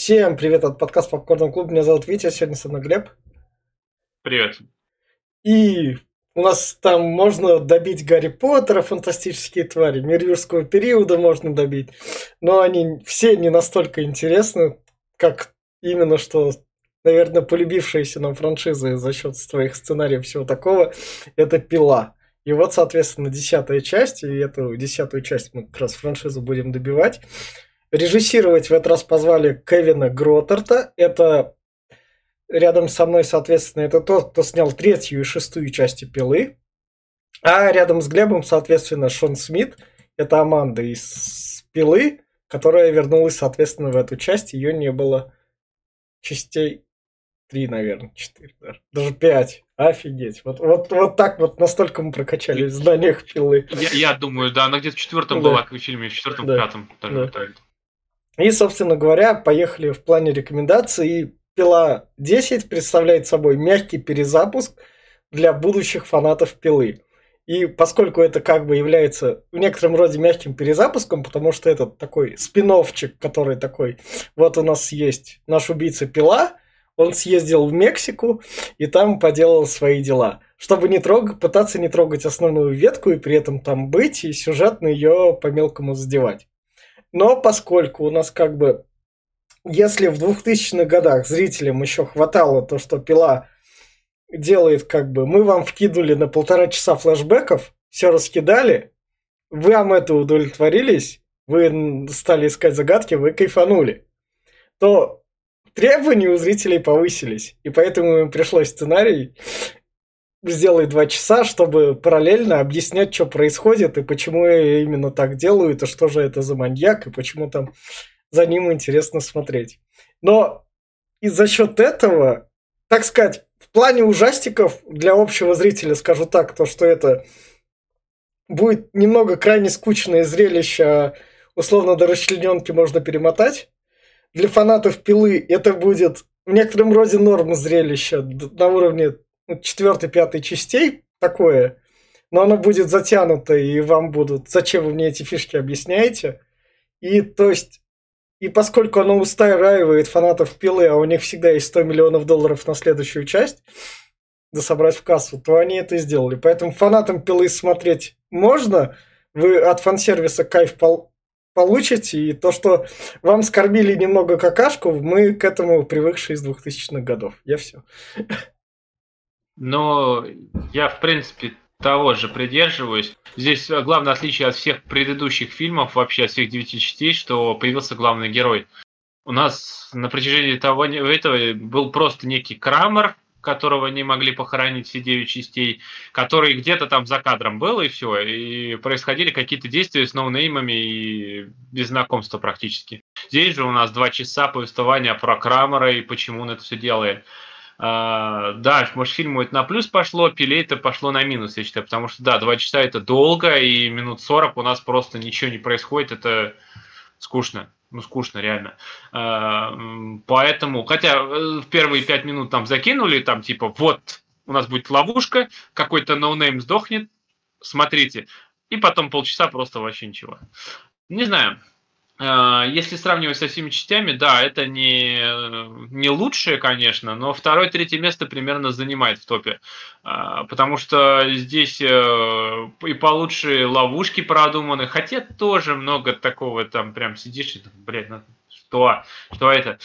Всем привет от подкаста Попкорн Клуб. Меня зовут Витя, сегодня со мной Глеб. Привет. И у нас там можно добить Гарри Поттера, фантастические твари, мир юрского периода можно добить. Но они все не настолько интересны, как именно что, наверное, полюбившиеся нам франшизы за счет своих сценариев и всего такого, это «Пила». И вот, соответственно, 10-я часть, и эту 10-ю часть мы как раз франшизу будем добивать. Режиссировать в этот раз позвали Кевина Гроттарта. Это рядом со мной, соответственно, это тот, кто снял 3-ю и 6-ю части «Пилы». А рядом с Глебом, соответственно, Шон Смит. Это Аманда из «Пилы», которая вернулась, соответственно, в эту часть. Ее не было частей 3, наверное, 4 даже 5. Офигеть. Вот так вот настолько мы прокачались в знаниях «Пилы». Я думаю, да, она где-то в 4-м Да. была, в фильме, в 4-м, Да. 5-м. Да. Даже. И, собственно говоря, поехали в плане рекомендаций. И «Пила 10» представляет собой мягкий перезапуск для будущих фанатов «Пилы». И поскольку это как бы является в некотором роде мягким перезапуском, потому что это такой спин-оффчик, который такой, вот у нас есть наш убийца Пила, он съездил в Мексику и там поделал свои дела. Чтобы пытаться не трогать основную ветку и при этом там быть, и сюжетно ее по-мелкому задевать. Но поскольку у нас как бы, если в 2000-х годах зрителям еще хватало то, что «Пила» делает как бы, мы вам вкинули на 1,5 часа флешбеков, все раскидали, вам это удовлетворились, вы стали искать загадки, вы кайфанули, то требования у зрителей повысились. И поэтому им пришлось сценарий сделать 2 часа, чтобы параллельно объяснять, что происходит, и почему именно так делают, и что же это за маньяк, и почему там за ним интересно смотреть. Но и за счет этого, так сказать, в плане ужастиков для общего зрителя скажу так, то что это будет немного крайне скучное зрелище, а условно до расчлененки можно перемотать. Для фанатов «Пилы» это будет в некотором роде норма зрелища на уровне 4-5 частей такое, но оно будет затянуто, и вам будут, зачем вы мне эти фишки объясняете? И то есть, и поскольку оно устраивает фанатов «Пилы», а у них всегда есть $100 миллионов на следующую часть, да собрать в кассу, то они это и сделали. Поэтому фанатам «Пилы» смотреть можно, вы от фан-сервиса кайф получите, и то, что вам скормили немного какашку, мы к этому привыкшие из 2000-х годов. Я все. Но я, в принципе, того же придерживаюсь. Здесь главное отличие от всех предыдущих фильмов, вообще от всех 9 частей, что появился главный герой. У нас на протяжении этого был просто некий Крамер, которого не могли похоронить все 9 частей, который где-то там за кадром был, и все. И происходили какие-то действия с ноунеймами и без знакомства практически. Здесь же у нас 2 часа повествования про Крамера и почему он это все делает. Да, может, фильму это на плюс пошло, «Пиле» это пошло на минус, я считаю, потому что, да, 2 часа это долго, и минут 40 у нас просто ничего не происходит, это скучно. Ну, скучно, реально. Поэтому, хотя в первые 5 минут там закинули, там типа, вот, у нас будет ловушка, какой-то ноунейм сдохнет, смотрите. И потом полчаса просто вообще ничего. Не знаю. Если сравнивать со всеми частями, да, это не лучшее, конечно, но второе, третье место примерно занимает в топе. Потому что здесь и получше ловушки продуманы, хотя тоже много такого, там прям сидишь и, блядь, ну, что это?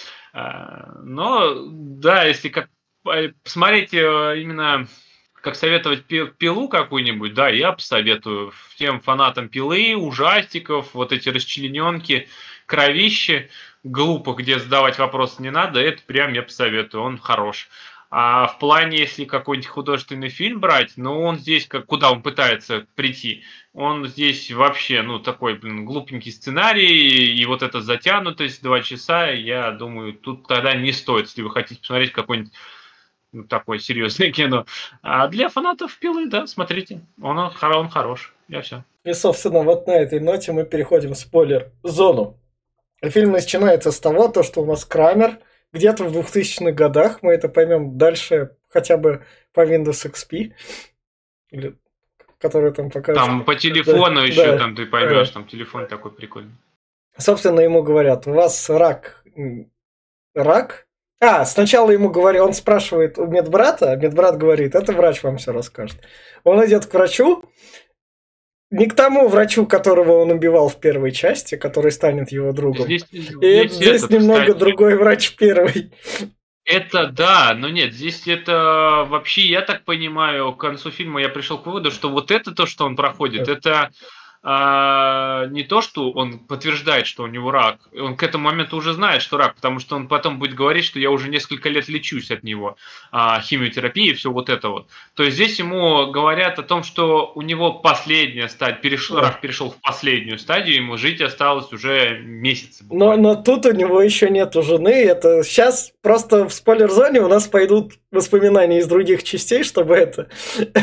Но, да, если как посмотреть именно как советовать «Пилу» какую-нибудь, да, я посоветую всем фанатам «Пилы», ужастиков, вот эти расчлененки, кровищи, глупо, где задавать вопросы не надо, это прям я посоветую, он хорош. А в плане, если какой-нибудь художественный фильм брать, ну, он здесь, куда он пытается прийти, он здесь вообще, ну, такой, глупенький сценарий, и вот эта затянутость 2 часа, я думаю, тут тогда не стоит, если вы хотите посмотреть какой-нибудь такое серьезное кино. А для фанатов «Пилы», да, смотрите, он хорош. Я все. И, собственно, вот на этой ноте мы переходим в спойлер-зону. Фильм начинается с того, то, что у нас Крамер где-то в 2000-х годах, мы это поймем дальше хотя бы по Windows XP, или, который там покажет. Там по телефону Да, еще, да, там ты поймешь, там телефон такой прикольный. Собственно, ему говорят, у вас рак Рак? Сначала ему говорят, он спрашивает у медбрата, а медбрат говорит, это врач вам все расскажет. Он идет к врачу, не к тому врачу, которого он убивал в первой части, который станет его другом. Здесь немного другой врач первый. Это да, но нет, здесь это вообще, я так понимаю, к концу фильма я пришел к выводу, что вот это то, что он проходит, это не то, что он подтверждает, что у него рак. Он к этому моменту уже знает, что рак, потому что он потом будет говорить, что я уже несколько лет лечусь от него, химиотерапии и все вот это вот. То есть здесь ему говорят о том, что у него последняя стадия, рак перешел в последнюю стадию, ему жить осталось уже месяцы. Но тут у него еще нету жены. Это сейчас просто в спойлер-зоне у нас пойдут воспоминания из других частей, чтобы это...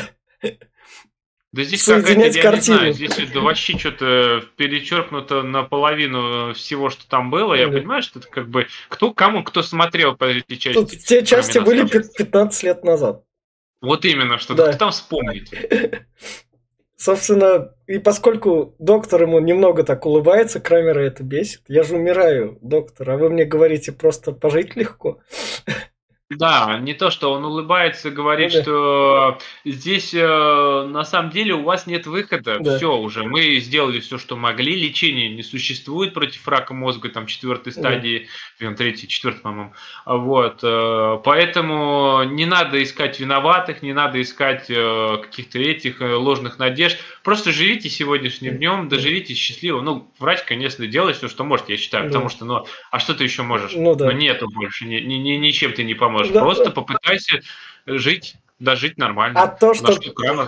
Да здесь какая-то, я не знаю, здесь это вообще что-то перечеркнуто наполовину всего, что там было. Я понимаю, что это как бы... Кто смотрел по эти части? Тут те части были 15 лет назад. Вот именно, что кто там вспомнит. Собственно, и поскольку доктор ему немного так улыбается, Крамера это бесит. Я же умираю, доктор, а вы мне говорите просто пожить легко. Да, не то, что он улыбается, говорит, что здесь на самом деле у вас нет выхода, все уже, мы сделали все, что могли, лечения не существует против рака мозга, там 4-й стадии, 3-й, 4-й, по-моему, вот, поэтому не надо искать виноватых, не надо искать каких-то этих ложных надежд, просто живите сегодняшним днем, доживите счастливо, ну, врач, конечно, делает все, что может, я считаю, потому что, ну, а что ты еще можешь? Ну, нету больше, ничем ты не поможешь. Просто попытайся дожить нормально. А то, что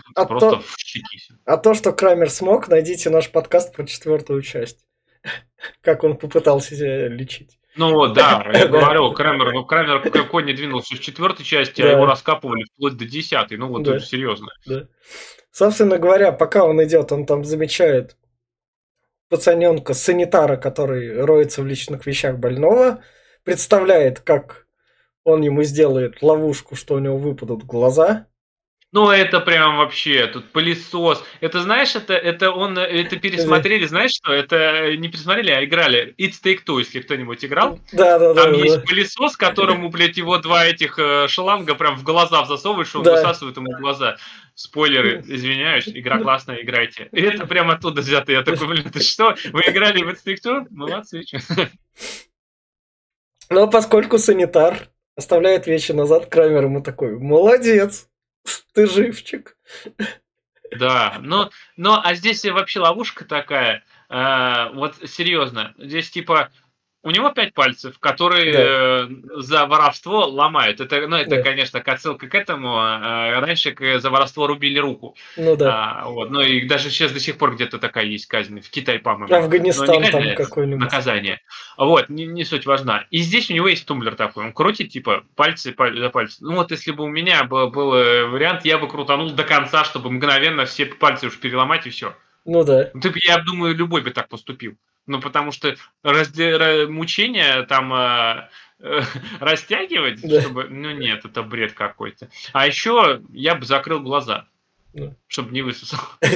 Крамер смог, найдите наш подкаст про 4-ю часть. Как он попытался себя лечить. Ну да, я говорю, Крамер какой не двинулся в 4-й части, а его раскапывали вплоть до 10-й. Ну вот это серьезно. Собственно говоря, пока он идет, он там замечает пацаненка, санитара, который роется в личных вещах больного, представляет, как он ему сделает ловушку, что у него выпадут глаза. Ну, это прям вообще, тут пылесос. Это, знаешь, это пересмотрели, знаешь что? Это не пересмотрели, а играли. It's Take-Two, если кто-нибудь играл. Да. Там есть пылесос, которому, блядь, его два этих шланга прям в глаза засовываешь, он высасывает ему глаза. Спойлеры, извиняюсь, игра классная, играйте. И это прям оттуда взято. Я такой, блин, ты что? Вы играли в It's Take-Two? Молодцы, что. Но поскольку санитар оставляет вещи назад, Крамер ему такой, молодец. Ты живчик. Да, но а здесь вообще ловушка такая, вот серьезно, здесь типа у него 5 пальцев, которые за воровство ломают. Это, конечно, отсылка к этому. Раньше за воровство рубили руку. Ну да. Ну и даже сейчас до сих пор где-то такая есть казнь. В Китае, по-моему. Афганистан там какой-нибудь. Наказание. Вот, не суть важна. И здесь у него есть тумблер такой. Он крутит, типа, пальцы за пальцы. Ну вот, если бы у меня был вариант, я бы крутанул до конца, чтобы мгновенно все пальцы уж переломать и все. Ну да. Я думаю, любой бы так поступил. Ну, потому что мучения там растягивать, чтобы... Ну, нет, это бред какой-то. А еще я бы закрыл глаза, чтобы не высосал.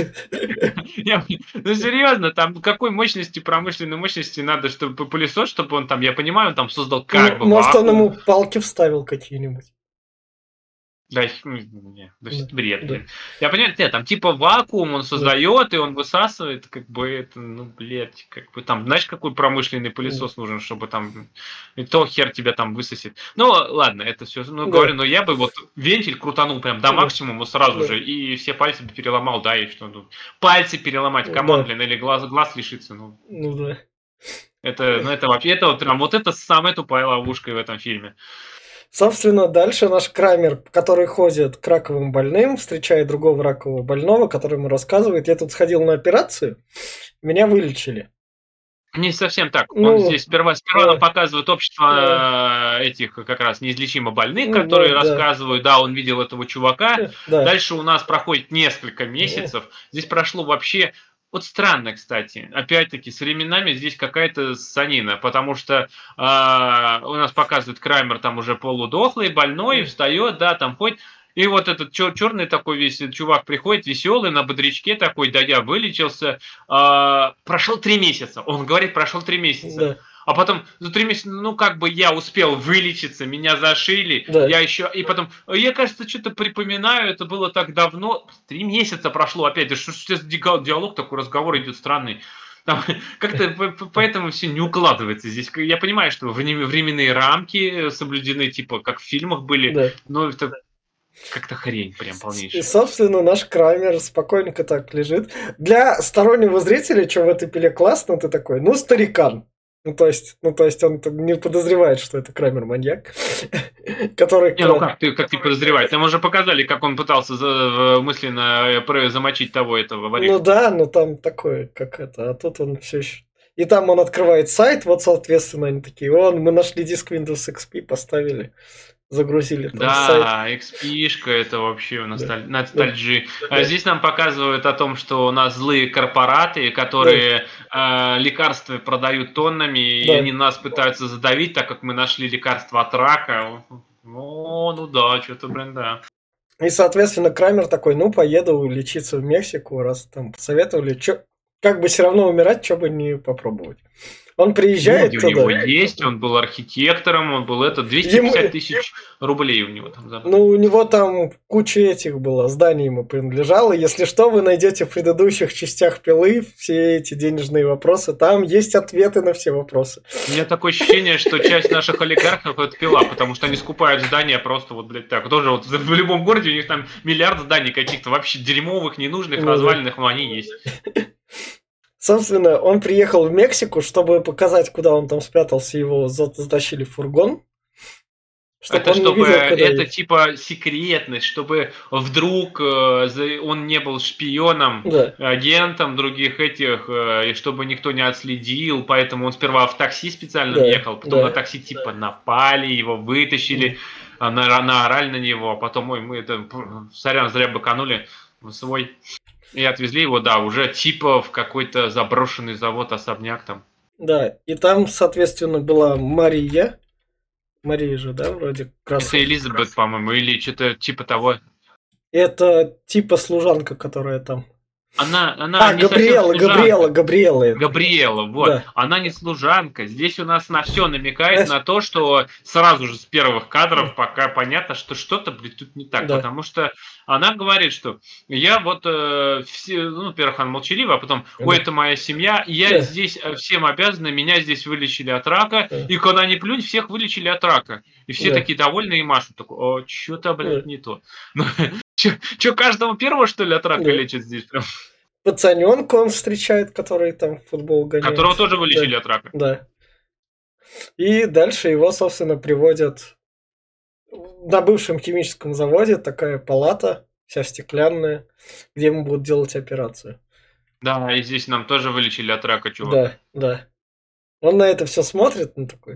Ну, серьезно, там какой мощности, промышленной мощности надо, чтобы пылесос, чтобы он там, я понимаю, он там создал как бы... Может, он ему палки вставил какие-нибудь. Да, бред, блин. Я понимаю, там типа вакуум он создает, и он высасывает, как бы это, ну, блядь, как бы там, знаешь, какой промышленный пылесос нужен, чтобы там, и то хер тебя там высосет. Ну, ладно, это все, говорю, но я бы вот вентиль крутанул прям до максимума сразу же, и все пальцы бы переломал, да, и что, ну, пальцы переломать, камон, блин, или глаз лишиться, ну. Ну да. Это вообще, это вот прям, вот это самая тупая ловушка в этом фильме. Собственно, дальше наш Крамер, который ходит к раковым больным, встречает другого ракового больного, который ему рассказывает, я тут сходил на операцию, меня вылечили. Не совсем так. Он здесь сперва нам показывает общество этих как раз неизлечимо больных, которые рассказывают, да, он видел этого чувака. Дальше у нас проходит несколько месяцев. Здесь прошло вообще... Вот странно, кстати. Опять-таки, с временами здесь какая-то ссанина, потому что у нас показывает Крамер там уже полудохлый, больной, встает, да, там ходит. И вот этот черный такой весь чувак приходит, веселый, на бодрячке такой, да, я вылечился. Прошло 3 месяца. Он говорит, прошло 3 месяца. Да. А потом за 3 месяца, ну, как бы я успел вылечиться, меня зашили, Да. я еще... И потом, я, кажется, что-то припоминаю, это было так давно. 3 месяца прошло опять. Да что сейчас диалог такой, разговор идет странный. Там, как-то поэтому все не укладывается здесь. Я понимаю, что временные рамки соблюдены, типа, как в фильмах были, Да. но это как-то хрень прям И, полнейшая. собственно, наш Крамер спокойненько так лежит. Для стороннего зрителя, что в этой пиле классно, ты такой, ну, старикан. Ну, то есть он не подозревает, что это Крамер-маньяк, который... Не, ну как ты подозреваешь? Нам уже показали, как он пытался мысленно замочить этого воришку. Ну да, ну там такое, как это, а тут он все еще... И там он открывает сайт, вот, соответственно, они такие, мы нашли диск Windows XP, поставили, загрузили там сайт. Да, XP-шка это вообще Да. ностальджи. Да. Здесь нам показывают о том, что у нас злые корпораты, которые лекарства продают тоннами, и Да. они нас пытаются задавить, так как мы нашли лекарство от рака. Ну да, что-то, блин, да. И, соответственно, Крамер такой, ну, поеду лечиться в Мексику, раз там посоветовали, как бы все равно умирать, что бы не попробовать. Он приезжает Люди туда. у него есть, он был архитектором, он был 250 тысяч рублей у него там забрали. Ну, у него там куча этих было, зданий ему принадлежало. Если что, вы найдете в предыдущих частях пилы все эти денежные вопросы. Там есть ответы на все вопросы. У меня такое ощущение, что часть наших олигархов это пила, потому что они скупают здания просто вот, блядь, так. Тоже вот в любом городе у них там миллиард зданий каких-то вообще дерьмовых, ненужных, разваленных, но они есть. Собственно, он приехал в Мексику, чтобы показать, куда он там спрятался, его затащили в фургон. Это типа секретность, чтобы вдруг он не был шпионом, да. агентом других этих, и чтобы никто не отследил, поэтому он сперва в такси специально ехал, потом на такси типа напали, его вытащили, наорали на него, а потом, мы это, сорян, зря быканули в свой... И отвезли его, да, уже типа в какой-то заброшенный завод, особняк там. Да, и там, соответственно, была Мария. Мария же, да, вроде красавица. Это Элизабет, по-моему, или что-то типа того. Это типа служанка, которая там. Она Габриэла, вот. Да. Она не служанка. Здесь у нас на все намекает на то, что сразу же с первых кадров пока понятно, что что-то, блядь, тут не так. Да. Потому что она говорит, что я вот, во-первых, она молчалива, а потом, это моя семья, я здесь всем обязана, меня здесь вылечили от рака, и когда ни плюнь, всех вылечили от рака. И все такие довольные и машут. Такой, что-то, блядь, не то. Че, каждого первого, что ли, от рака лечат здесь прям? Пацаненка он встречает, который там в футбол гоняет. Которого тоже вылечили от рака. Да. И дальше его, собственно, приводят на бывшем химическом заводе, такая палата, вся стеклянная, где ему будут делать операцию. Да, и здесь нам тоже вылечили от рака, чувак. Да. Он на это все смотрит, такой,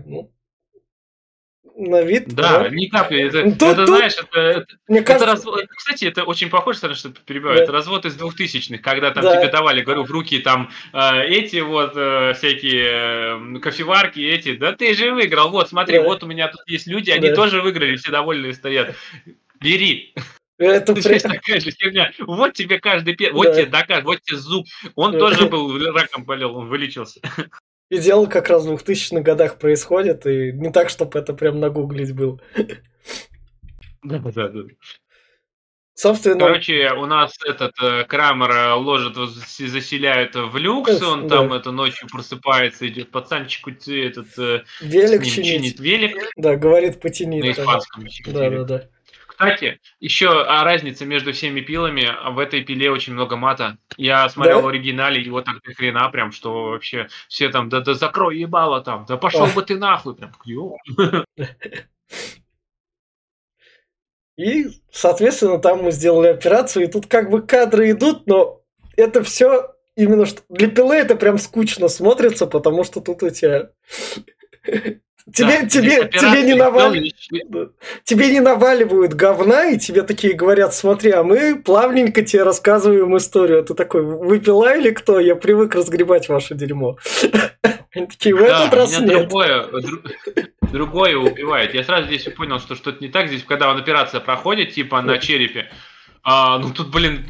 на вид. Да, ни капли. Это знаешь, мне кажется... Кстати, это очень похоже, что перебиваю. Это развод из 2000-х, когда там тебе давали, говорю, в руки там эти вот всякие кофеварки, эти. Да ты же выиграл. Вот, смотри, вот у меня тут есть люди, они тоже выиграли, все довольные стоят. Бери. Это такая же херня. Вот тебе каждый вот тебе доказ, вот тебе зуб. Он тоже был раком болел, он вылечился. И дело как раз в 2000-х годах происходит, и не так, чтобы это прям нагуглить было. Да. Собственно... Короче, у нас этот Крамер ложит, заселяет в люкс, он там ночью просыпается, идет пацанчику, этот велик чинит велик. Да, говорит, потяни. На испанском. Да. Кстати, еще разница между всеми пилами. В этой пиле очень много мата. Я смотрел в оригинале, его так до хрена прям, что вообще все там, да закрой ебало там, да пошел бы ты нахуй. Прям, И, соответственно, там мы сделали операцию, и тут как бы кадры идут, но это все именно что... Для пилы это прям скучно смотрится, потому что тут у тебя... Тебе не наваливают говна, и тебе такие говорят, смотри, а мы плавненько тебе рассказываем историю. А ты такой, вы пила или кто? Я привык разгребать ваше дерьмо. Они такие, в этот раз нет. Другое убивает. Я сразу здесь понял, что что-то не так. Здесь, когда операция проходит, типа на черепе, тут, блин,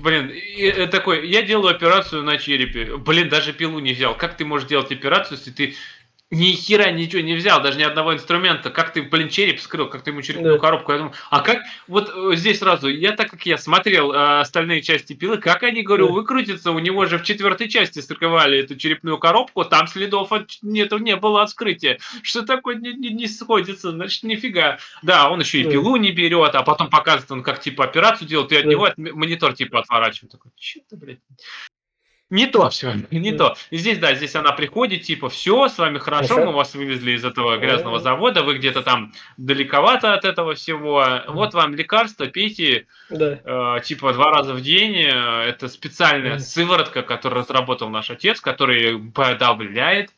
такой, я делаю операцию на черепе. Блин, даже пилу не взял. Как ты можешь делать операцию, если ты ни хера ничего не взял, даже ни одного инструмента. Как ты, блин, череп вскрыл, как ты ему черепную коробку? Я думаю, а как, вот здесь сразу, я смотрел остальные части пилы, как они, говорю, выкрутятся, у него же в 4-й части скрывали эту черепную коробку, там следов нету, не было от вскрытия. Что такое не сходится, значит, нифига. Да, он еще и пилу не берет, а потом показывает он, как, типа, операцию делает, и от него монитор, типа, отворачивает. Такой, что-то, блядь. Не то все, не то. И здесь, да, здесь она приходит, типа, все, с вами хорошо, мы вас вывезли из этого грязного завода, вы где-то там далековато от этого всего, вот вам лекарство, пейте, типа, 2 раза в день, это специальная сыворотка, которую разработал наш отец, который подавляет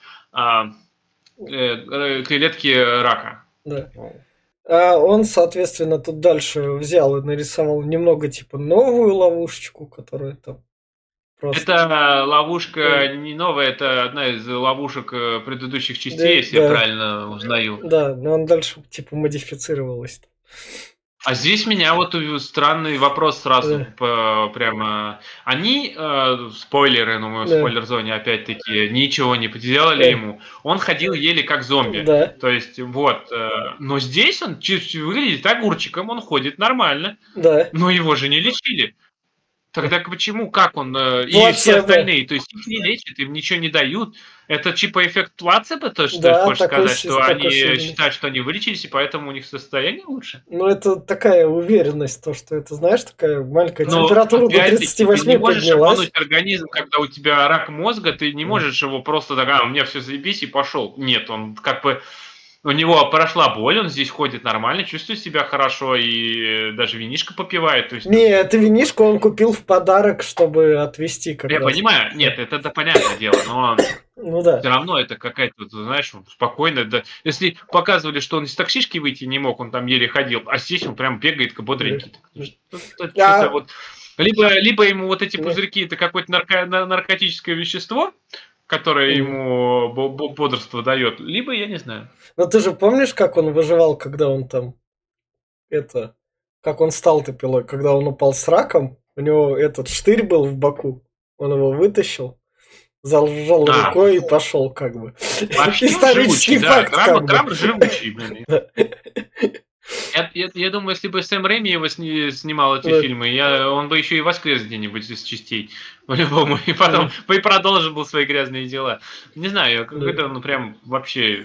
клетки рака. Да. А он, соответственно, тут дальше взял и нарисовал немного, типа, новую ловушечку, которая там просто... Это ловушка не новая, это одна из ловушек предыдущих частей, если я правильно узнаю. Да, но он дальше типа модифицировалась. А здесь меня вот странный вопрос сразу прямо. Они, спойлеры, ну мы в спойлер-зоне опять-таки, ничего не поделали ему. Он ходил еле как зомби. То есть, вот. Но здесь он выглядит огурчиком, он ходит нормально. Но его же не лечили. Тогда почему, как он и все остальные, то есть их не лечат, им ничего не дают. Это типа эффект плацебо, то что ты хочешь сказать, что они считают, что они вылечились, и поэтому у них состояние лучше? Ну, это такая уверенность, то, что это, знаешь, такая маленькая температура до 38 ты не можешь обмануть организм, когда у тебя рак мозга, ты не можешь его просто так, у меня все заебись и пошел. Нет, он как бы... У него прошла боль, он здесь ходит нормально, чувствует себя хорошо и даже винишко попивает. То есть, не, это винишко он купил в подарок, чтобы отвезти как Я раз. Понимаю, нет, это понятное дело, но ну, да. все равно это какая-то, знаешь, спокойно. Да. Если показывали, что он из таксишки выйти не мог, он там еле ходил, а здесь он прям бегает как бодренький. Вот. Либо ему вот эти пузырьки это какое-то наркотическое вещество, которое ему бодрство дает, либо я не знаю. Но ты же помнишь, как он выживал, когда он там как он стал-то пилой, когда он упал с раком, у него этот штырь был в боку, он его вытащил, зажал рукой и пошел как бы. Исторический факт. Краб живучий, блин. Я думаю, если бы Сэм Рэйми его снимал эти фильмы, он бы еще и воскрес где-нибудь из частей, по-любому, и потом и продолжил бы свои грязные дела. Не знаю, какой-то он прям вообще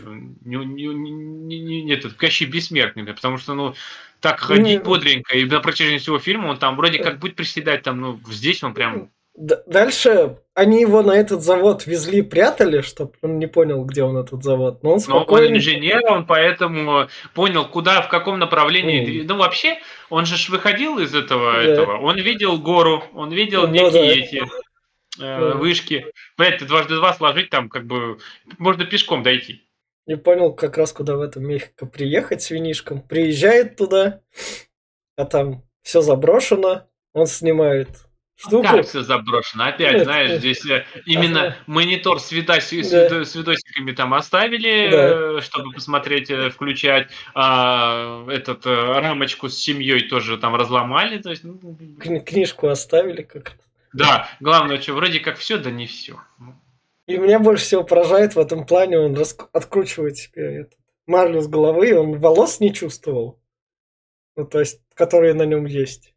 этот Кощей Бессмертный, потому что, так ходить бодренько, и на протяжении всего фильма он там вроде как будет приседать, там, здесь он прям... Дальше они его на этот завод везли, прятали, чтобы он не понял, где он этот завод. Но он спокойно... он инженер, он поэтому понял, куда, в каком направлении. Ну, вообще, он же выходил из этого. Он видел гору, он видел некие эти вышки. Блять, ты 2x2 сложить там, как бы, можно пешком дойти. Не понял как раз, куда в этом Мехико приехать с винишком. Приезжает туда, а там все заброшено. Он снимает штуку. Как все заброшено? Опять, знаешь, здесь именно монитор с видосиками там оставили, чтобы посмотреть, включать. Рамочку с семьей тоже там разломали. То есть, книжку оставили как-то. Да, главное, что вроде как все, да не все. И меня больше всего поражает в этом плане, он откручивает себе марлю с головы, и он волос не чувствовал. Ну, то есть, которые на нем есть.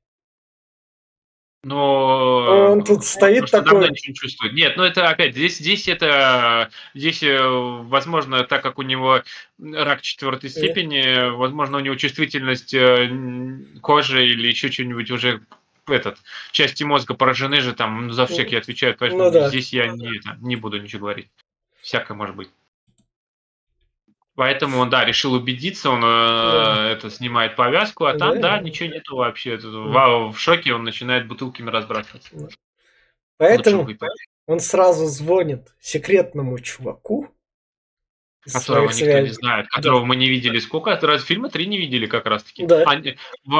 Но он тут стоит такой. Давно ничего не чувствует. Нет, это опять здесь возможно, так как у него рак 4-й степени, возможно, у него чувствительность кожи или еще что-нибудь уже части мозга поражены же там за всякие отвечают, поэтому здесь я не буду ничего говорить. Всякое может быть. Поэтому он, решил убедиться, он снимает повязку, а там, ничего нету вообще. В шоке он начинает бутылками разбрасываться. Поэтому он сразу звонит секретному чуваку. Которого никто не знает, которого мы не видели сколько. Раз фильма 3 не видели как раз-таки. Да. В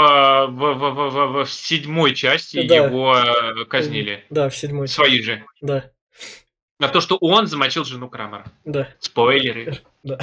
7-й части его казнили. Да, в 7-й. Свои же. Да. На то, что он замочил жену Крамера. Да. Спойлеры. Да.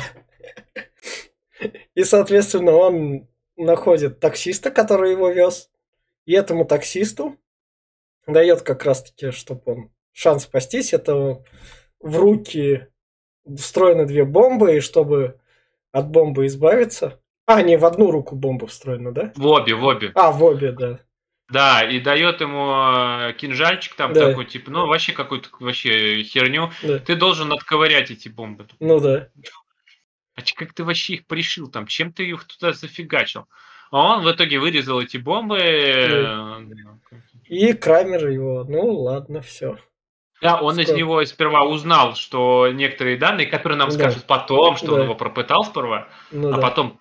И, соответственно, он находит таксиста, который его вез. И этому таксисту дает как раз-таки, чтобы он шанс спастись, это в руки встроены 2 бомбы, и чтобы от бомбы избавиться... не, в одну руку бомба встроена, да? В обе. В обе, да. Да, и дает ему кинжальчик там Да. такой, типа, вообще какую-то вообще херню. Да. Ты должен отковырять эти бомбы. Ну да. А как ты вообще их пришил там? Чем ты их туда зафигачил? А он в итоге вырезал эти бомбы. И Крамер его, ладно, все. Да, он из него сперва узнал, что некоторые данные, которые нам скажут потом, что он его пропытал сперва, потом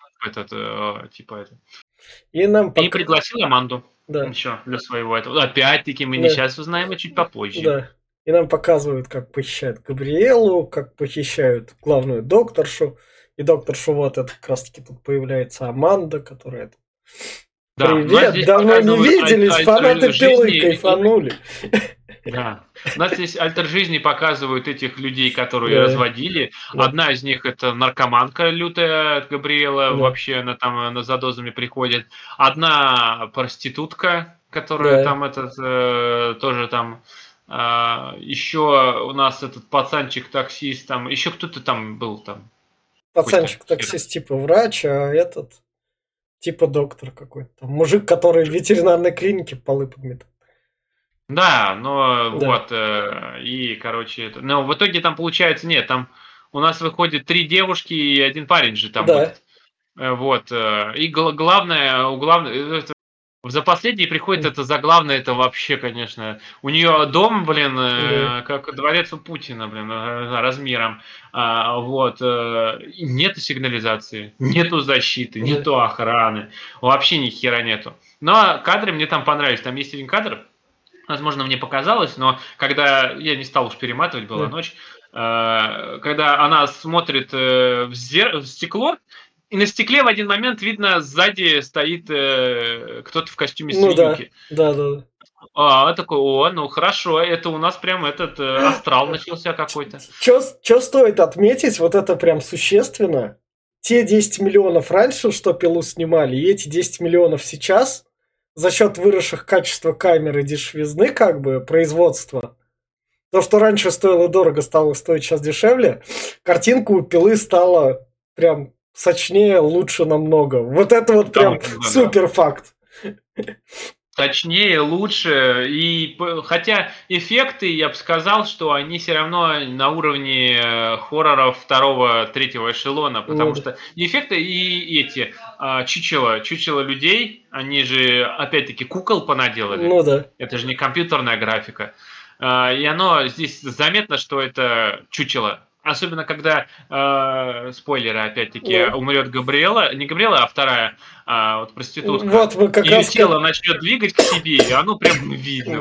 И нам пригласил Аманду. Да. Еще для своего этого. Опять-таки мы не сейчас узнаем, а чуть попозже. Да. И нам показывают, как похищают Габриэлу, как похищают главную докторшу. И докторшу вот это как раз-таки тут появляется Аманда, которая... Да, привет, давно не виделись, фанаты Пилы кайфанули. Да. У нас здесь альтер жизни показывают этих людей, которые разводили. Одна из них это наркоманка лютая от Габриэла, вообще она там за дозами приходит. Одна проститутка, которая там тоже там. Еще у нас этот пацанчик-таксист, там еще кто-то там был там. Пацанчик-таксист типа врач, а этот типа доктор какой-то. Там мужик, который в ветеринарной клинике полы подметает. Да, вот, и, короче, но в итоге там получается, нет, там у нас выходит 3 девушки и 1 парень же там будет. Вот, и главное, за последней приходит это заглавное, это вообще, конечно, у нее дом, блин, как дворец у Путина, блин, размером, вот, нету сигнализации, нету защиты, нету охраны, вообще ни хера нету. Но кадры мне там понравились, там есть один кадр, возможно, мне показалось, но когда я не стал уж перематывать, была ночь, когда она смотрит в стекло, и на стекле в один момент видно, сзади стоит кто-то в костюме свинюки. Да. Такой, хорошо, это у нас прям этот астрал начался какой-то. Что стоит отметить, вот это прям существенно. Те 10 миллионов раньше, что Пилу снимали, и эти 10 миллионов сейчас, за счет выросших качества камеры и дешевизны, как бы, производства, то, что раньше стоило дорого, стало стоить сейчас дешевле, картинка у Пилы стала прям сочнее, лучше намного. Вот это вот прям супер факт. Точнее, лучше. И хотя эффекты, я бы сказал, что они все равно на уровне хорроров 2-3 эшелона, потому что эффекты и эти чучело людей, они же опять-таки кукол понаделали. Это же не компьютерная графика. И оно здесь заметно, что это чучело. Особенно, когда, спойлеры, опять-таки, умрет Габриэла, не Габриэла, а вторая вот проститутка. Вот мы как и раз тело начнет двигать к себе, и оно прям видно.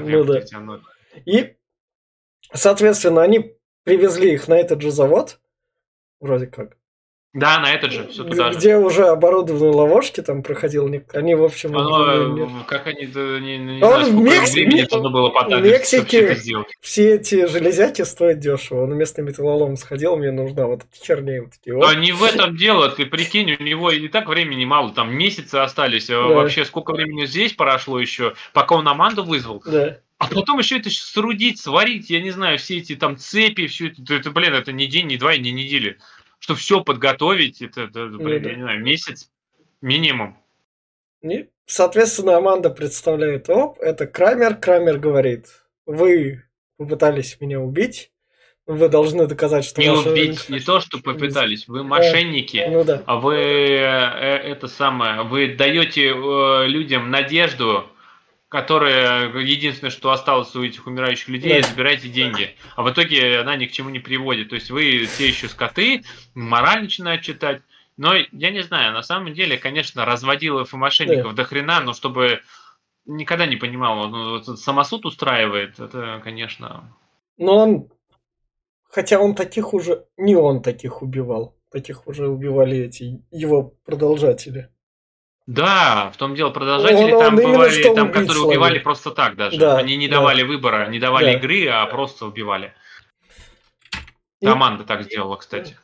И, соответственно, они привезли их на этот же завод, вроде как. Да, на этот же, все туда же. Где уже оборудованы ловушки, там проходил они, в общем... как они, не знаю, сколько времени нужно было потратить, в Мексике все эти железяки стоят дешево. Он на местный металлолом сходил, мне нужна вот эта херня. Вот такие, да не в этом дело, ты прикинь, у него и так времени мало, там месяцы остались. Вообще, сколько времени здесь прошло еще, пока он Аманду вызвал. Да. А потом еще это срудить, сварить, я не знаю, все эти там цепи, все это, блин, это не день, не 2, не недели. Чтобы все подготовить, это блин, я не знаю, месяц минимум. И, соответственно, Аманда представляет, это Крамер. Крамер говорит, вы попытались меня убить, вы должны доказать, что... Не убить, не то, что попытались, вы мошенники, а вы это самое, вы даете людям надежду, которая единственное, что осталось у этих умирающих людей, забирайте деньги. А в итоге она ни к чему не приводит. То есть вы все еще скоты, мораль начинают читать. Но я не знаю, на самом деле, конечно, разводилов и мошенников до хрена, но чтобы никогда не понимал, самосуд устраивает, это, конечно... Но он, хотя он таких уже, не он таких убивал, таких уже убивали эти его продолжатели. Да, в том дело, продолжатели там бывали, там, которые убивали просто так даже. Да, они не давали выбора, не давали игры, а просто убивали. Команда так сделала, кстати.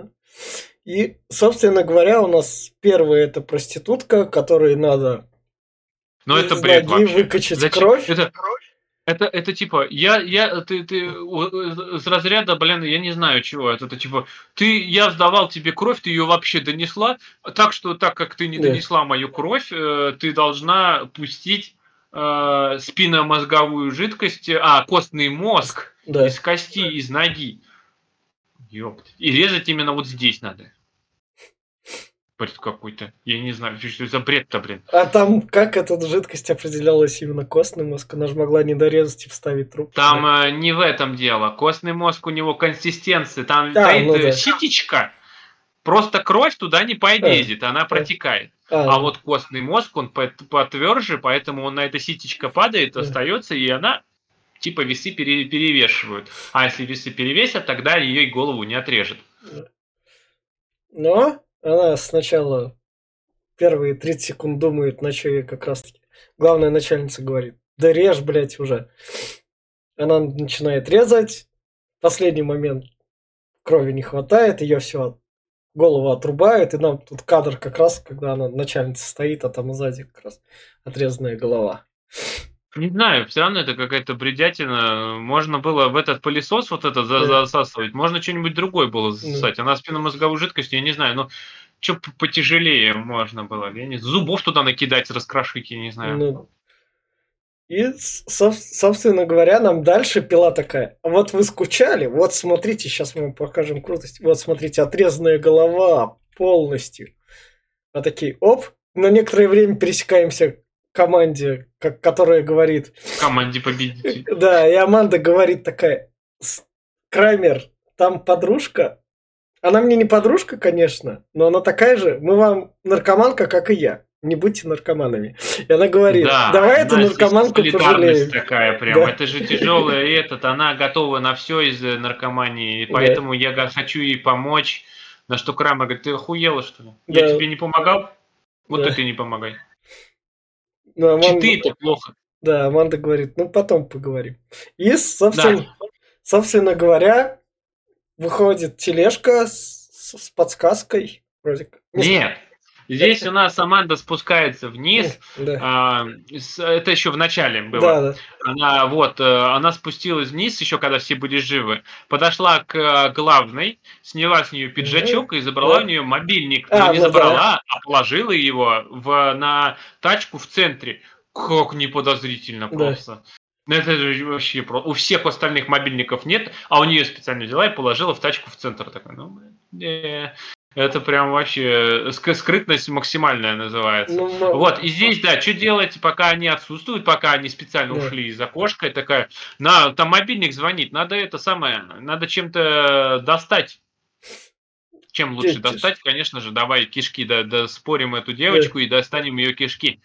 И, собственно говоря, у нас первая это проститутка, которой надо это бред вообще. выкачать кровь. Это типа, ты из разряда, блин, я не знаю чего. Это типа, я сдавал тебе кровь, ты ее вообще донесла, так что, так как ты не Да, донесла мою кровь, ты должна пустить спинномозговую жидкость, костный мозг да. из кости, из ноги. Ёпт. И резать именно вот здесь надо. Бред какой-то. Я не знаю, что за бред-то, блин. А там как эта жидкость определялась именно костный мозг? Она же могла не дорезать и вставить трубку. Там Да? не в этом дело. Костный мозг, у него консистенция. Там А, стоит ну да. ситечка. Просто кровь туда не А, полезет, она а, протекает. А ну, вот костный мозг, он потверже, поэтому он на это ситечко падает, да. остается, и она типа весы перевешивают. А если весы перевесят, тогда ее и голову не отрежет. Но она сначала первые 30 секунд думает, на что ей как раз таки. Главная начальница говорит, да режь, блядь, уже. Она начинает резать. В последний момент крови не хватает, ее все голову отрубают, и нам тут кадр как раз, когда она начальница стоит, а там сзади как раз отрезанная голова. Не знаю, все равно это какая-то бредятина. Можно было в этот пылесос вот это Да. засасывать, можно что-нибудь другое было Ну, засосать. Она спинномозговую жидкость, я не знаю, но что потяжелее можно было. Я не... Зубов туда накидать, раскрошить, я не знаю. ну, и, собственно говоря, нам дальше пила такая. А вот вы скучали? Вот смотрите, сейчас мы вам покажем крутость. Вот смотрите, отрезанная голова полностью. А такие, оп, на некоторое время пересекаемся к команде, которая говорит. В команде победителей. Да, и Аманда говорит такая, Крамер, там подружка. Она мне не подружка, конечно, но она такая же. Мы вам наркоманка, как и я. Не будьте наркоманами. И она говорит, Да, давай эту у нас здесь наркоманку солидарность пожалеем. такая прям. Да, Это же тяжелая она готова на все из-за наркомании. И да, поэтому я хочу ей помочь. На что Крамер говорит, ты охуела, что ли? Я да, тебе не помогал? Вот и да. ты не помогай. Ну, Аманда, Читы это плохо. да, Аманда говорит, ну потом поговорим. И, Да. собственно говоря, выходит тележка с подсказкой. Вроде как. Нет. Здесь у нас Аманда спускается вниз. Да, Это еще в начале да, было. да. Она спустилась вниз, еще когда все были живы. Подошла к главной, сняла с нее пиджачок и забрала у Да. нее мобильник. Но А, не ну да. забрала, а положила его на тачку в центре. Как неподозрительно Да. просто. Ну, это же вообще у всех остальных мобильников нет, а у нее специально взяла и положила в тачку в центр. Такой, это прям вообще скрытность максимальная называется. Ну, Вот, и здесь, да, что делать, пока они отсутствуют, пока они специально да. ушли из окошка, и такая, там мобильник звонит, надо это самое, надо чем-то достать. Чем лучше достать, конечно же, давай кишки, спорим эту Да. девочку и достанем ее кишки.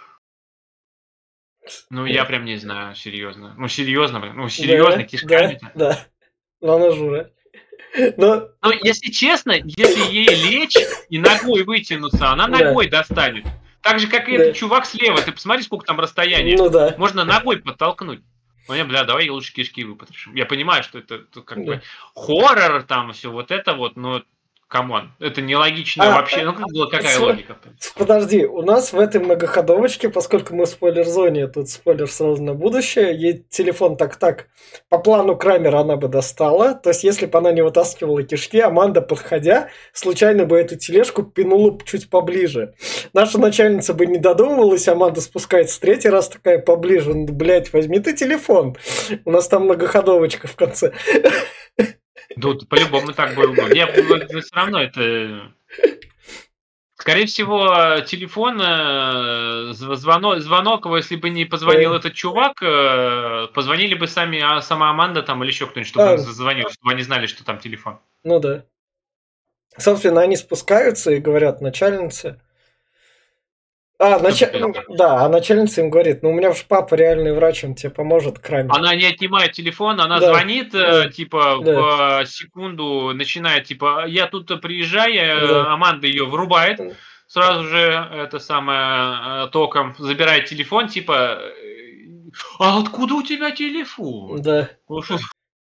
Ну, я Да. прям не знаю, серьезно. Ну, серьезно, блин, серьезно, Да, да, кишками-то. да. Она жура. Но, Ну, если честно, если ей лечь и ногой вытянуться, она да, ногой достанет. Так же, как и этот да. чувак слева. Ты посмотри, сколько там расстояния. Ну да. Можно ногой подтолкнуть. Ну, давай я лучше кишки выпотрошу. Я понимаю, что это как Да. бы хоррор, там все вот это вот, но камон, это нелогично А, вообще. Ну, какая логика? подожди, у нас в этой многоходовочке, поскольку мы в спойлер-зоне, тут спойлер сразу на будущее, ей телефон так-так, по плану Крамера она бы достала, то есть если бы она не вытаскивала кишки, Аманда, подходя, случайно бы эту тележку пинула чуть поближе. Наша начальница бы не додумывалась, Аманда спускается третий раз такая поближе, ну, блядь, возьми ты телефон, у нас там многоходовочка в конце. Да, по-любому так было бы. Все равно это... Скорее всего, телефон, звонок, если бы не позвонил этот чувак, позвонили бы сама Аманда там или еще кто-нибудь, чтобы зазвонил, чтобы они знали, что там телефон. Ну да. Собственно, они спускаются и говорят начальнице. Да, а начальница им говорит, ну у меня уж папа реальный врач, он тебе поможет, Крамер. Она не отнимает телефон, она звонит, типа, да. в секунду, начинает, типа, я тут приезжаю, Аманда ее врубает, сразу же это самое током забирает телефон, типа, а откуда у тебя телефон? Да.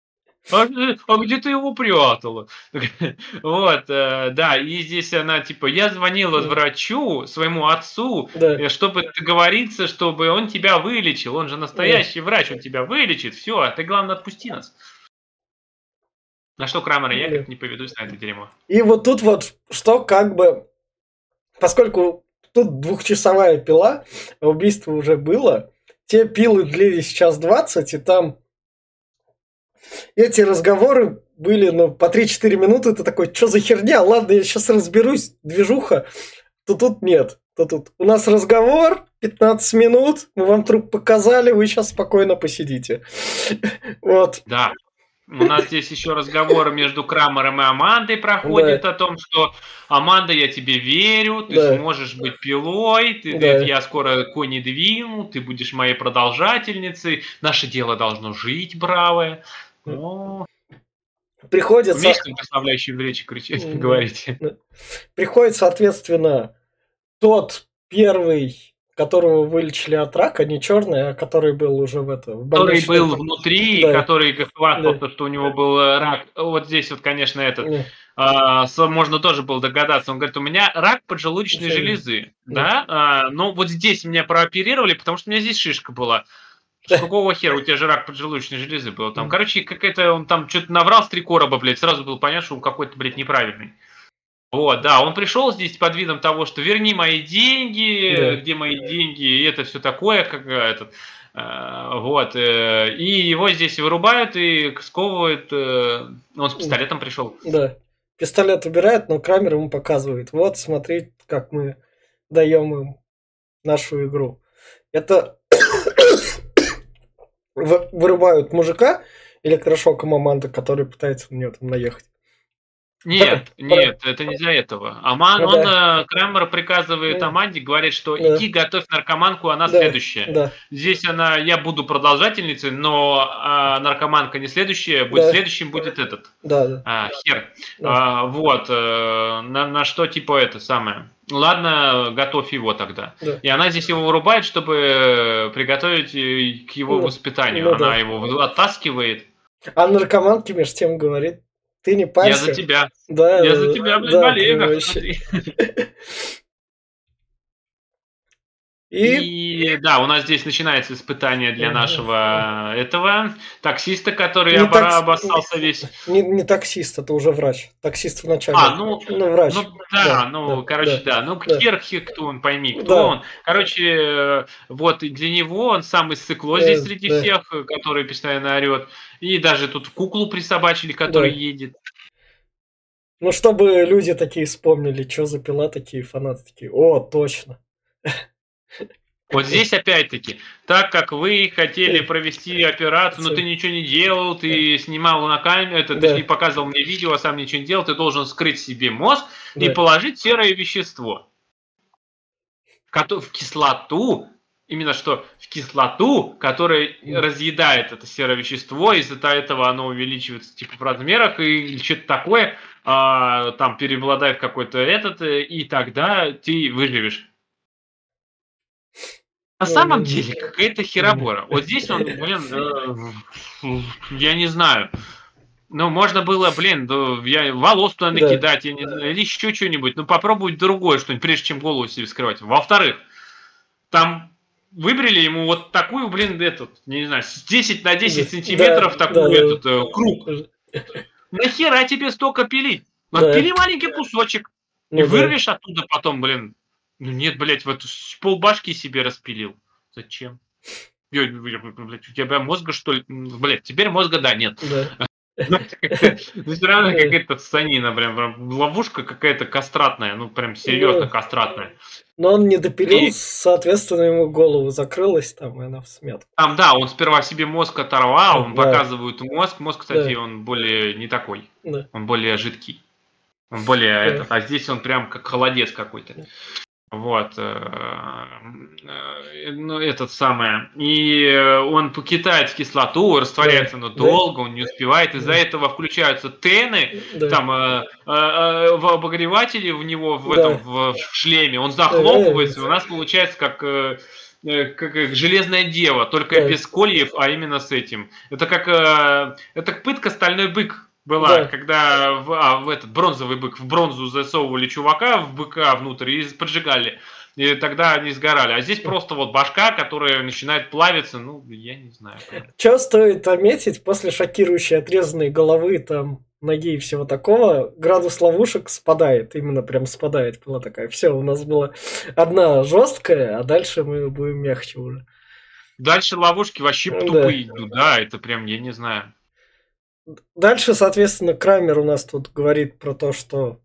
А где ты его прятала? Вот, да, и здесь она типа, я звонила врачу, своему отцу, Да, чтобы договориться, чтобы он тебя вылечил. Он же да, настоящий врач, он тебя вылечит. Все, а ты, главное, отпусти нас. На что Крамера, я да. как не поведусь на это дерьмо. И вот тут вот, что как бы, поскольку тут двухчасовая пила, а убийство уже было, те пилы длились час 20, и там эти разговоры были, ну, по 3-4 минуты, ты такой, что за херня? Ладно, я сейчас разберусь, движуха. То тут нет. То тут у нас разговор, 15 минут, мы вам труп показали, вы сейчас спокойно посидите. Вот. Да. У нас здесь еще разговор между Крамером и Амандой проходит Да, о том, что Аманда, я тебе верю, ты да, сможешь быть пилой, да. я скоро кони двину, ты будешь моей продолжательницей, наше дело должно жить, бравое. О, Приходится... умеешь там прославляющие речи Да, говорить? да. Приходит, соответственно, тот первый, которого вылечили от рака, не черный, а который был уже в Который больничном. был внутри, Да, который хвастался, да, что у него был рак. Вот здесь вот, конечно, этот да, можно тоже было догадаться. Он говорит, у меня рак поджелудочной железы, да, да, но вот здесь меня прооперировали, потому что у меня здесь шишка была. С да. какого хера у тебя же рак поджелудочной железы был там? Короче, какая-то он там что-то наврал с 3 короба, блядь, сразу было понятно, что он какой-то, блядь, неправильный. Вот, да, он пришел здесь под видом того, что верни мои деньги, Да. где мои деньги, и это все такое, как этот, вот, и его здесь вырубают и сковывают, он с пистолетом пришел. Да. Пистолет убирает, но Крамер ему показывает. Вот, смотри, как мы даем им нашу игру. Это вырубают мужика электрошоком Аманда, который пытается на него там наехать. Нет, нет, это не из-за этого. Ну да, Крамер приказывает Аманде, говорит, что да, иди готовь наркоманку, она да, следующая. да, Здесь я буду продолжательницей, но наркоманка не следующая, будет да, следующим будет этот. да, Хер. да, Вот. На что типа это самое. Ладно, готовь его тогда. да. И она здесь его вырубает, чтобы приготовить к его Ну, воспитанию. ну Она да. его оттаскивает. А наркоманке между тем говорит, ты не Я за парься. тебя. Да, Я да, за да, тебя, блядь, да, болею, прям как вообще. смотри. И И да, у нас здесь начинается испытание для нашего этого таксиста, который не, такс... обоссался весь. не таксист, это уже врач. Таксист вначале. Ну Врач. да, Да, короче, да, да. Ну, да, Кирхи, кто он, пойми, кто да, он. Короче, вот и для него он самый сыкло да, здесь среди да, всех, который постоянно орет. И даже тут куклу присобачили, который да. едет. Ну, чтобы люди такие вспомнили, что за пила, такие фанаты такие. О, точно. Вот здесь опять-таки, так как вы хотели провести операцию, но ты ничего не делал, ты снимал на камеру, точнее показывал мне видео, а сам ничего не делал, ты должен скрыть себе мозг и положить серое вещество в кислоту, именно что в кислоту, которая разъедает это серое вещество, из-за этого оно увеличивается типа в размерах и что-то такое, там переобладает какой-то и тогда ты выживешь. На самом деле, какая-то херобора. Вот здесь он, я не знаю. Ну, можно было, волос туда накидать, я не знаю, или еще что-нибудь. Ну, попробовать другое что-нибудь, прежде чем голову себе вскрывать. Во-вторых, там выбрали ему вот такую, не знаю, с 10 на 10 сантиметров такую круг. Нахера тебе столько пилить? Отпили маленький кусочек и вырвешь оттуда потом, Ну нет, блядь, вот полбашки себе распилил. Зачем? Блядь, у тебя мозга, что ли? Блядь, теперь мозга, да, нет. Ну, все равно какая-то ссанина, прям ловушка какая-то кастратная, ну, прям серьезно кастратная. Но он не допилил, соответственно, ему голову закрылась там, и она в смятку. Там, да, он сперва себе мозг оторвал, он показывает мозг. Мозг, кстати, он более не такой. Он более жидкий. Он более а здесь он прям как холодец какой-то. Вот. Ну, этот самое. И он покидает в кислоту, растворяется, но долго, он не успевает. Из-за этого включаются тены, там в обогревателе в него в шлеме, он захлопывается, и у нас получается как как Железная Дева, только Да. без кольев, а именно с этим. Это как пытка «Стальной бык» была, Да. когда в этот бронзовый бык, в бронзу засовывали чувака в быка внутрь и поджигали. И тогда они сгорали. А здесь просто вот башка, которая начинает плавиться, ну, я не знаю. Что стоит отметить, после шокирующей отрезанной головы, там, ноги и всего такого, градус ловушек спадает, именно прям спадает. Была такая, все, у нас была одна жесткая, а дальше мы будем мягче уже. Дальше ловушки вообще тупые идут, да, это прям, я не знаю. Дальше, соответственно, Крамер у нас тут говорит про то, что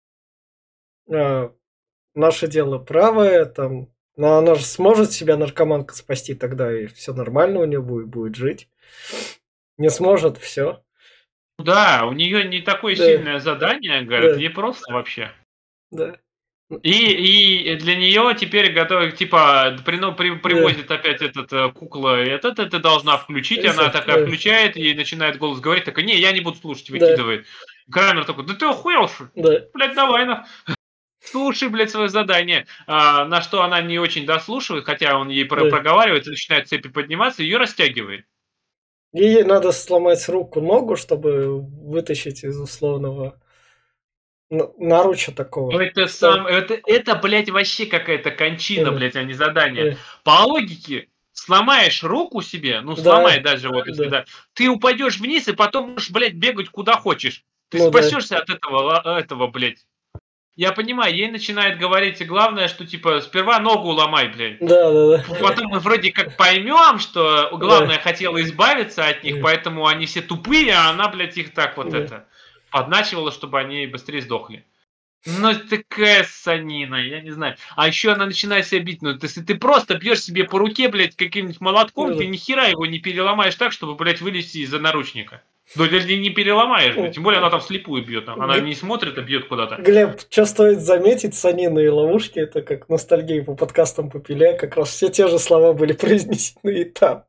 наше дело правое, там, но она же сможет себя наркоманка спасти, тогда и все нормально у нее будет жить. Не сможет, все. Да, у нее не такое сильное задание, говорят, ей просто вообще. Да. И для нее теперь готовы, типа, привозит опять кукла, ты должна включить, она такая включает и начинает голос говорить, такая, не, я не буду слушать, выкидывает. Крамер такой, да ты охуел, что? Блядь, давай, на. Слушай, блядь, свое задание. На что она не очень дослушивает, хотя он ей проговаривает, и начинает цепи подниматься, ее растягивает. Ей надо сломать руку, ногу, чтобы вытащить из условного наруча такого. Это, блядь, вообще какая-то кончина, блядь, а не задание. По логике, сломаешь руку себе, сломай даже вот, если да, ты упадешь вниз и потом можешь, блядь, бегать куда хочешь. Ты спасешься от этого, блядь. Я понимаю, ей начинает говорить, главное, что, типа, сперва ногу ломай, блядь. Да. Потом мы вроде как поймем, что главное хотела избавиться от них, поэтому они все тупые, а она, блядь, их так вот подначивала, чтобы они быстрее сдохли. Ну, такая санина, я не знаю. А еще она начинает себя бить. Ну, если ты просто бьешь себе по руке, блядь, каким-нибудь молотком, ты ни хера его не переломаешь так, чтобы, блядь, вылезти из-за наручника. Ну, или не переломаешь, блядь. Тем более она там слепую бьет. Она не смотрит, а бьет куда-то. Глеб, что стоит заметить, санины и ловушки, это как ностальгия по подкастам Попеля, как раз все те же слова были произнесены и там.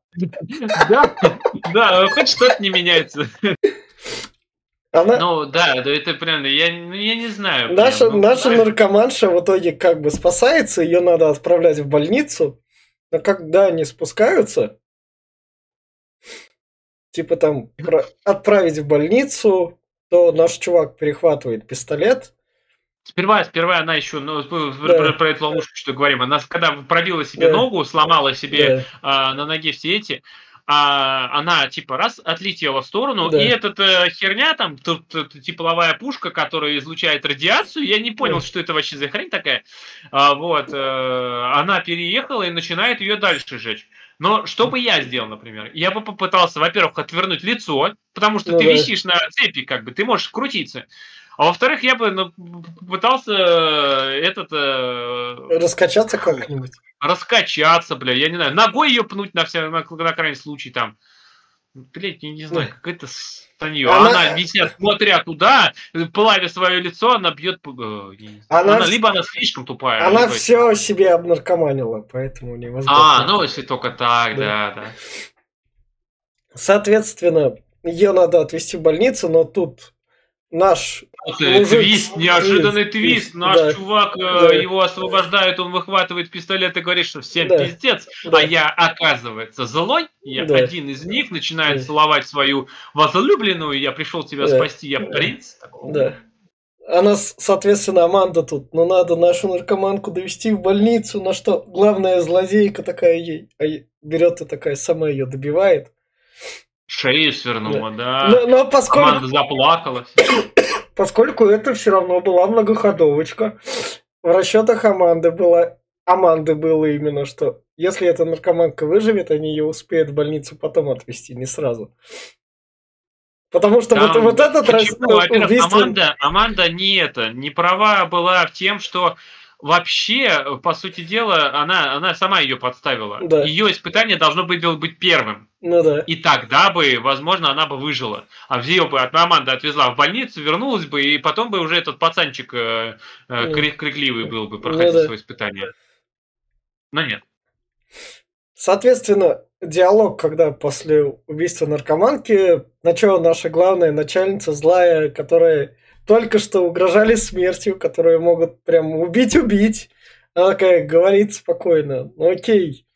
Да, хоть что-то не меняется. Ну да, это прям, я не знаю. Наша наркоманша в итоге как бы спасается, ее надо отправлять в больницу, но когда они спускаются, типа там отправить в больницу, то наш чувак перехватывает пистолет. Сперва она еще, про эту ловушку что говорим, она когда пробила себе ногу, сломала себе на ноге все эти, она типа раз отлетела в сторону, и эта херня там, тепловая пушка, которая излучает радиацию, я не понял, что это вообще за хрень такая, она переехала и начинает ее дальше жечь. Но что бы я сделал, например? Я бы попытался, во-первых, отвернуть лицо, потому что ты висишь на цепи, как бы, ты можешь крутиться. А во-вторых, я бы пытался раскачаться как-нибудь. Раскачаться, бля, я не знаю, ногой ее пнуть на крайний случай там. Блять, я не знаю, какая-то станье. Она висит, смотря туда, плавя свое лицо, она бьет. Либо она слишком тупая. Она все себе обнаркоманила, поэтому невозможно. Если только так, да. Соответственно, ее надо отвезти в больницу, но тут наш твист, неожиданный твист. Наш чувак, его освобождают, он выхватывает пистолет и говорит, что всем пиздец. А я, оказывается, злой. Один из них начинает целовать свою возлюбленную. Я пришел тебя спасти, я принц. Да. Она, соответственно, Аманда тут. Но надо нашу наркоманку довести в больницу. На что главная злодейка такая ей берет и такая сама ее добивает. Шею свернула, да. Но поскольку... Аманда заплакала. Поскольку это все равно была многоходовочка, в расчетах Аманды было именно, что если эта наркоманка выживет, они ее успеют в больницу потом отвезти, не сразу. Потому что вот этот убийство... Аманда не права была в тем, что вообще, по сути дела, она сама ее подставила. Да. Ее испытание должно было быть первым. Ну да. И тогда бы, возможно, она бы выжила. А ее бы Аманда отвезла в больницу, вернулась бы, и потом бы уже этот пацанчик крикливый был бы проходить свое испытание. Но нет. Соответственно, диалог, когда после убийства наркоманки, наша главная начальница злая, которая только что угрожали смертью, которые могут прям убить. Она такая говорит спокойно, ну окей,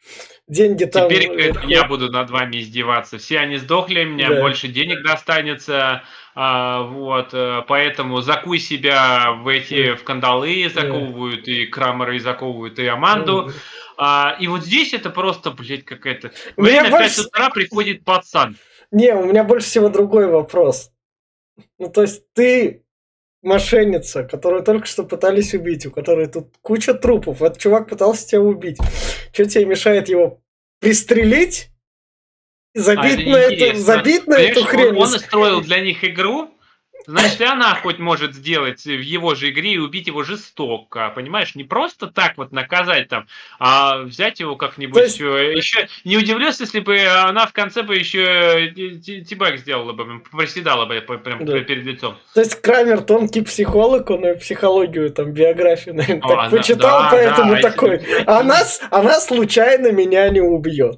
Деньги там... Теперь я буду над вами издеваться. Все они сдохли, мне больше денег достанется. Вот, поэтому закуй себя в кандалы заковывают, и Крамера и заковывают, и Аманду. И вот здесь это просто, блядь, какая-то... Блин, на 5 утра приходит пацан. Не, у меня больше всего другой вопрос. Ну, то есть ты мошенница, которую только что пытались убить, у которой тут куча трупов. Этот чувак пытался тебя убить. Что тебе мешает его пристрелить? Забить на эту хрень? Он устроил для них игру. Значит, и она хоть может сделать в его же игре и убить его жестоко, понимаешь? Не просто так вот наказать там, а взять его как-нибудь. Есть... Еще не удивлюсь, если бы она в конце бы еще тибак сделала бы, проседала бы прям перед лицом. То есть Крамер тонкий психолог, он и психологию, там, биографию, наверное, так почитал, поэтому такой. Она случайно меня не убьет.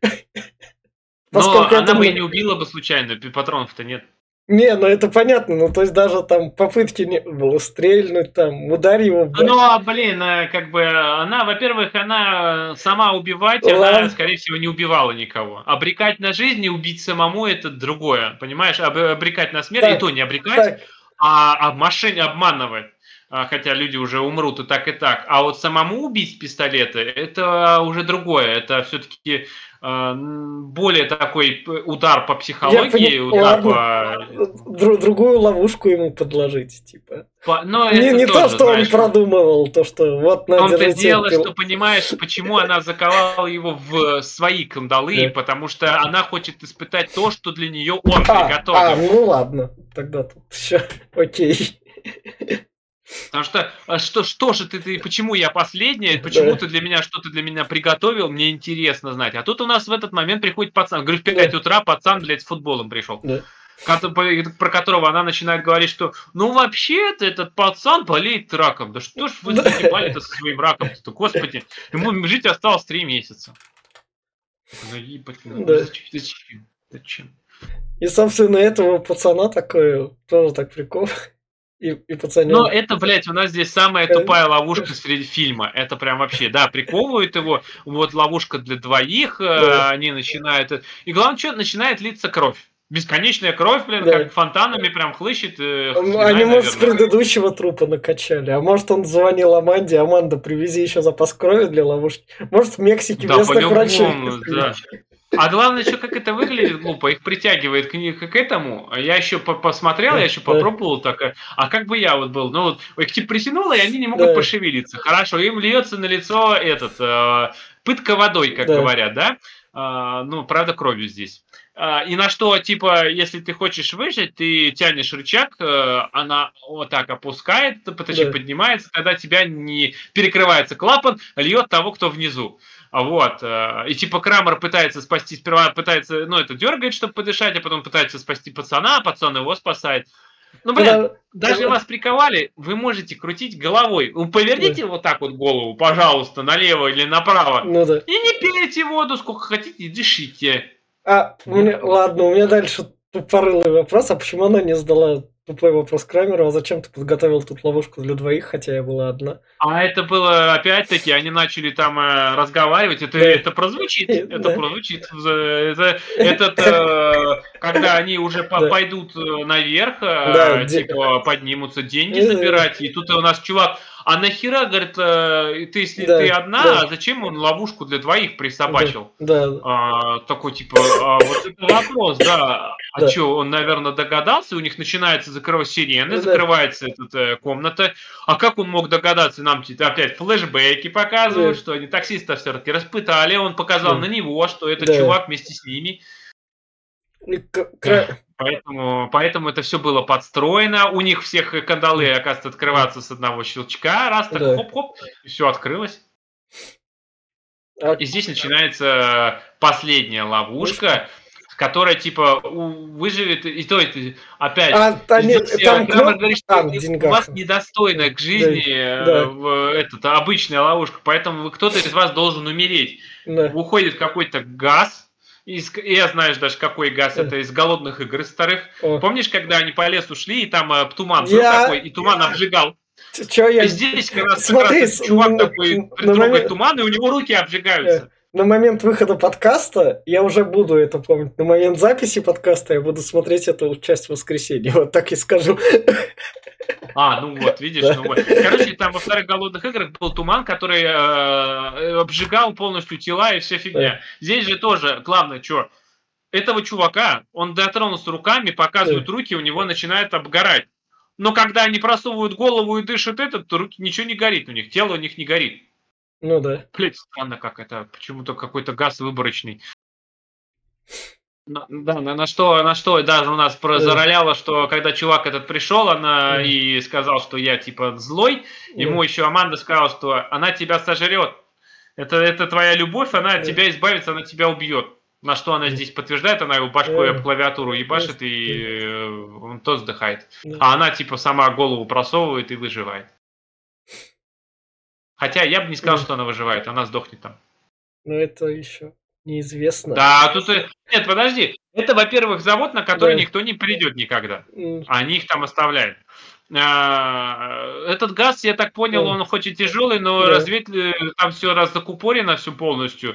Но она бы и не убила бы случайно, патронов-то нет. Не, ну это понятно, ну то есть даже там попытки не было стрельнуть, там, ударь его. Ну, блин, как бы она, во-первых, она сама убивать, она, скорее всего, не убивала никого. Обрекать на жизнь и убить самому это другое, понимаешь? Обрекать на смерть, и то не обрекать, а обманывать. Хотя люди уже умрут и так, и так. А вот самому убить с пистолета, это уже другое. Это все-таки более такой удар по психологии. Удар по... Другую ловушку ему подложить, типа. Не то, что он продумывал, то, что вот надо... В том-то дело, что понимаешь, почему она заковала его в свои кандалы, потому что она хочет испытать то, что для нее он приготовил. Ну ладно, тогда тут все окей. Потому что же ты, почему я последняя, почему ты для меня что-то для меня приготовил, мне интересно знать. А тут у нас в этот момент приходит пацан, говорю, в 5 утра пацан, блядь, с футболом пришел. Про которого она начинает говорить, что ну вообще-то этот пацан болеет раком. Да что ж вы заебали-то со своим раком-то, господи. Ему жить осталось 3 месяца. Зачем? И, собственно, этого пацана такое тоже так прикол. И пацанёнок. Но это, блядь, у нас здесь самая тупая ловушка среди фильма. Это прям вообще, да, приковывают его. Вот ловушка для двоих, они начинают... И главное, что начинает литься кровь. Бесконечная кровь, блин, как фонтанами прям хлыщет. Они, может, с предыдущего трупа накачали. А может, он звонил Аманде. Аманда, привези еще запас крови для ловушки. Может, в Мексике местных врачей. Да. А главное, еще как это выглядит глупо, их притягивает к этому. Я еще посмотрел, я еще попробовал так. А как бы я вот был, ну вот их типа притянуло, и они не могут пошевелиться. Хорошо, им льется на лицо пытка водой, как говорят, да? Ну, правда, кровью здесь. И на что, типа, если ты хочешь выжить, ты тянешь рычаг, она вот так опускает, точнее поднимается, тогда тебя не перекрывается клапан, льет того, кто внизу. Вот. И типа Крамер пытается спасти, сперва пытается, ну, это дергает, чтобы подышать, а потом пытается спасти пацана, а пацан его спасает. Ну, блин, даже вас приковали, вы можете крутить головой. Поверните вот так вот голову, пожалуйста, налево или направо. И не пейте воду, сколько хотите, и дышите. Ладно, у меня дальше тупорылый вопрос. А почему она не задала тупой вопрос Крамеру? А зачем ты подготовил тут ловушку для двоих, хотя я была одна? А это было, опять-таки, они начали там разговаривать. Это прозвучит. Это прозвучит. Когда они уже пойдут наверх, типа поднимутся деньги забирать. И тут у нас чувак... А нахера, говорит, ты, если ты одна, зачем он ловушку для двоих присобачил? Такой, типа, вот это вопрос, да. А что, он, наверное, догадался, у них начинается закрывать сирены, закрывается эта комната. А как он мог догадаться? Нам опять флешбеки показывают, что они таксиста все-таки распытали, он показал на него, что этот чувак вместе с ними. Поэтому это все было подстроено. У них всех кандалы, оказывается, открываться с одного щелчка. Раз так хоп-хоп, и все открылось. И здесь начинается последняя ловушка, которая типа выживет. И то это опять. Крамер говорит, что у вас недостойна к жизни обычная ловушка, поэтому кто-то из вас должен умереть. Уходит какой-то газ. Я знаешь даже, какой газ это из «Голодных игр» старых. Помнишь, когда они по лесу шли, и там туман был такой, и туман обжигал? И здесь как раз чувак такой трогает туман, и у него руки обжигаются. на момент выхода подкаста я уже буду это помнить. На момент записи подкаста я буду смотреть эту часть в воскресенье. Вот так и скажу. Ну вот, видишь, Да. ну вот. Короче, там во вторых голодных играх был туман, который обжигал полностью тела и вся фигня. Здесь же тоже, главное, что, этого чувака, он дотронулся руками, показывают руки, у него начинает обгорать. Но когда они просовывают голову и дышат то руки ничего не горит у них, тело у них не горит. Ну да. Блять, странно как это, почему-то какой-то газ выборочный. Да, на что даже у нас зароляло, что когда чувак этот пришел, она и сказал, что я типа злой, ему еще Аманда сказала, что она тебя сожрет. Это твоя любовь, она от тебя избавится, она тебя убьет. На что она здесь подтверждает, она его башкой об клавиатуру ебашит, и он тот вздыхает. А она типа сама голову просовывает и выживает. Хотя я бы не сказал, что она выживает, она сдохнет там. Ну это еще неизвестно. Да, тут... Нет, подожди. Это, во-первых, завод, на который никто не придет никогда. Они их там оставляют. Этот газ, я так понял, он хоть и тяжелый, но разведь там все закупорено, все полностью.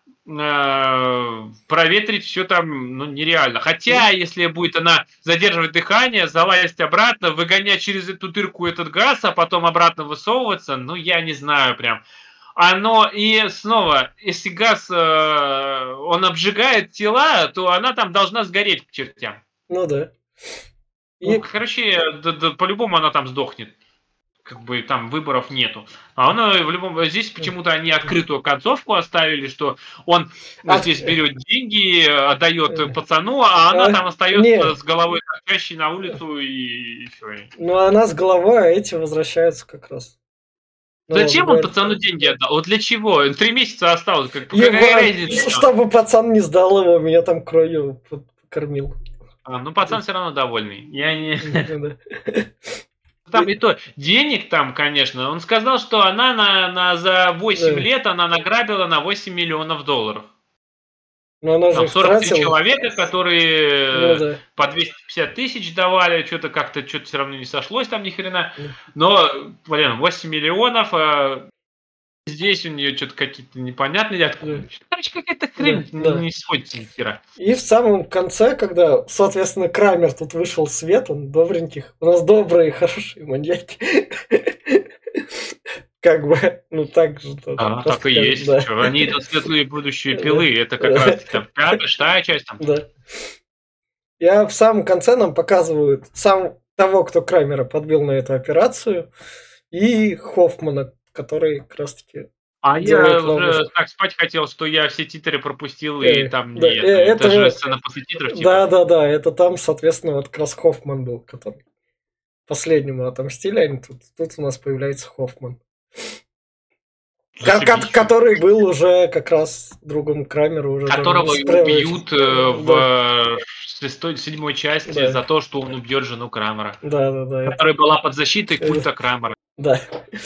Проветрить все там нереально. Хотя, если будет она задерживать дыхание, залазить обратно, выгонять через эту дырку этот газ, а потом обратно высовываться, я не знаю прям. И снова, если газ, он обжигает тела, то она там должна сгореть к чертям. Ну да. Короче, по-любому она там сдохнет. Как бы там выборов нету. А он в любом... Здесь почему-то они открытую концовку оставили, что он здесь берет деньги, отдает пацану, а она там остается с головой торчащей на улицу и все. Ну, она с головой, а эти возвращаются как раз. Зачем он пацану деньги отдал? Вот для чего? 3 месяца осталось. Какая разница? Чтобы пацан не сдал его, меня там кровью покормил. Пацан все равно довольный. Я не... Там и то, денег там, конечно, он сказал, что она за 8 лет она награбила на $8 миллионов. Но она же 43 человека, которые по 250 тысяч давали, что-то все равно не сошлось там ни хрена. Но, 8 миллионов, здесь у нее что-то какие-то непонятные. Короче, какая-то хрень не сходится ни хера. И в самом конце, когда, соответственно, Крамер тут вышел в свет, он добреньких. У нас добрые, хорошие маньяки. Как бы, так же. Так и есть. Они это светлые будущие пилы. Это как раз там 5-я, 6-я часть. Там. Да. Я в самом конце нам показывают того, кто Крамера подбил на эту операцию, и Хоффмана, который как раз-таки... я уже так спать хотел, что я все титры пропустил, и там нет. Это же сцена после титров. Да, это там, соответственно, вот как раз Хоффман был, который последнему отомстили, а тут у нас появляется Хоффман. Который был уже как раз другом Крамера. Которого убьют в 7-й части за то, что он убьет жену Крамера. Да. Которая была под защитой культа Крамера. Да.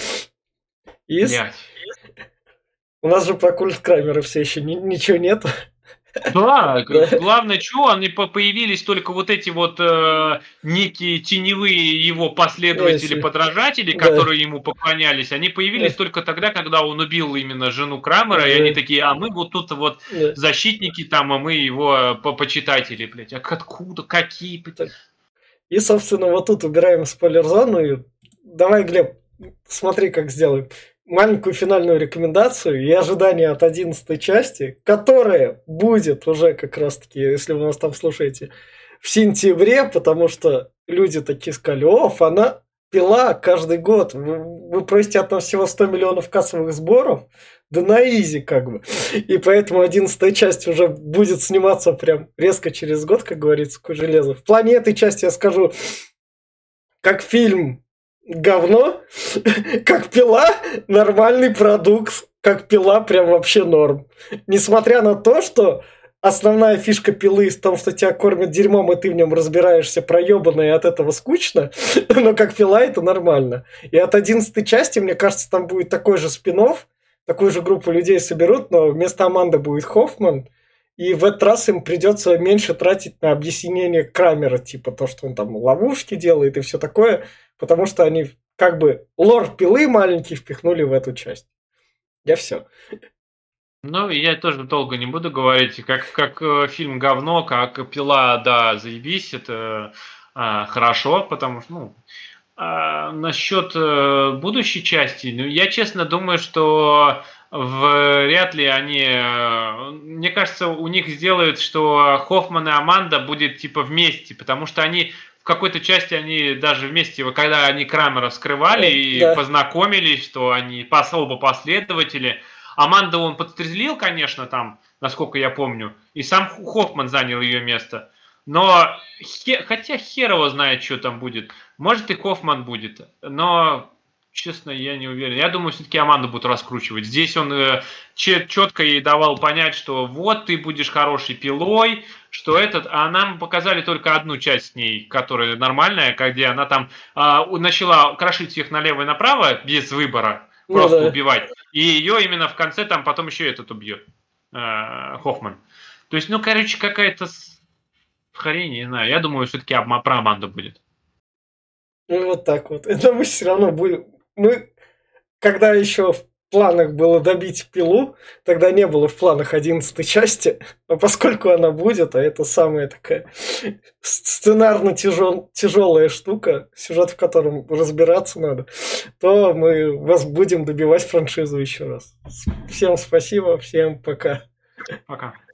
У нас же про культ Крамера все еще ничего нет. Да, главное, что они появились только вот эти вот некие теневые его последователи, подражатели, которые ему поклонялись, они появились только тогда, когда он убил именно жену Крамера, и они такие, мы вот тут вот защитники там, а мы его почитатели, блядь. А откуда? Какие? И, собственно, вот тут убираем спойлер-зону. И давай, Глеб, смотри, как сделаем. Маленькую финальную рекомендацию и ожидание от 11 части, которая будет уже как раз-таки, если вы нас там слушаете, в сентябре, потому что люди такие сказали, она пила каждый год. Вы просите от нас всего 100 миллионов кассовых сборов, да на изи как бы. И поэтому 11 часть уже будет сниматься прям резко через год, как говорится, к железу. В плане этой части я скажу, как фильм говно, как пила нормальный продукт, как пила прям вообще норм. Несмотря на то, что основная фишка пилы в том, что тебя кормят дерьмом, и ты в нем разбираешься проебанно, и от этого скучно, но как пила это нормально. И от 11 части, мне кажется, там будет такой же спин-офф, такую же группу людей соберут, но вместо Аманды будет Хоффман, и в этот раз им придется меньше тратить на объяснение Крамера, типа то, что он там ловушки делает и все такое, потому что они как бы лор пилы маленький впихнули в эту часть. Я все. Ну, я тоже долго не буду говорить, как фильм говно, как пила, да, заебись, это хорошо, потому что, ну, насчет будущей части, ну, я честно думаю, что вряд ли они... мне кажется, у них сделают, что Хоффман и Аманда будет типа вместе, потому что они в какой-то части они даже вместе, когда они Крамера скрывали и Да. познакомились, что они оба последователи. Аманда он подстрелил, конечно, там, насколько я помню, и сам Хоффман занял ее место. Но хотя хер его знает, что там будет. Может и Хоффман будет, но, честно, я не уверен. Я думаю, все-таки Аманду будут раскручивать. Здесь он четко ей давал понять, что вот ты будешь хорошей пилой, что этот... А нам показали только одну часть с ней, которая нормальная, где она там начала крошить всех налево и направо без выбора, Ну просто да. убивать. И ее именно в конце там потом еще этот убьет, Хоффман. То есть, ну, короче, какая-то хрень, не знаю. Я думаю, все-таки про Аманду будет. Ну, вот так вот. Это мы все равно будем... Мы, когда еще в планах было добить пилу, тогда не было в планах 11 части, но поскольку она будет, а это самая такая сценарно тяжелая штука, сюжет в котором разбираться надо, то мы вас будем добивать франшизу еще раз. Всем спасибо, всем пока. Пока.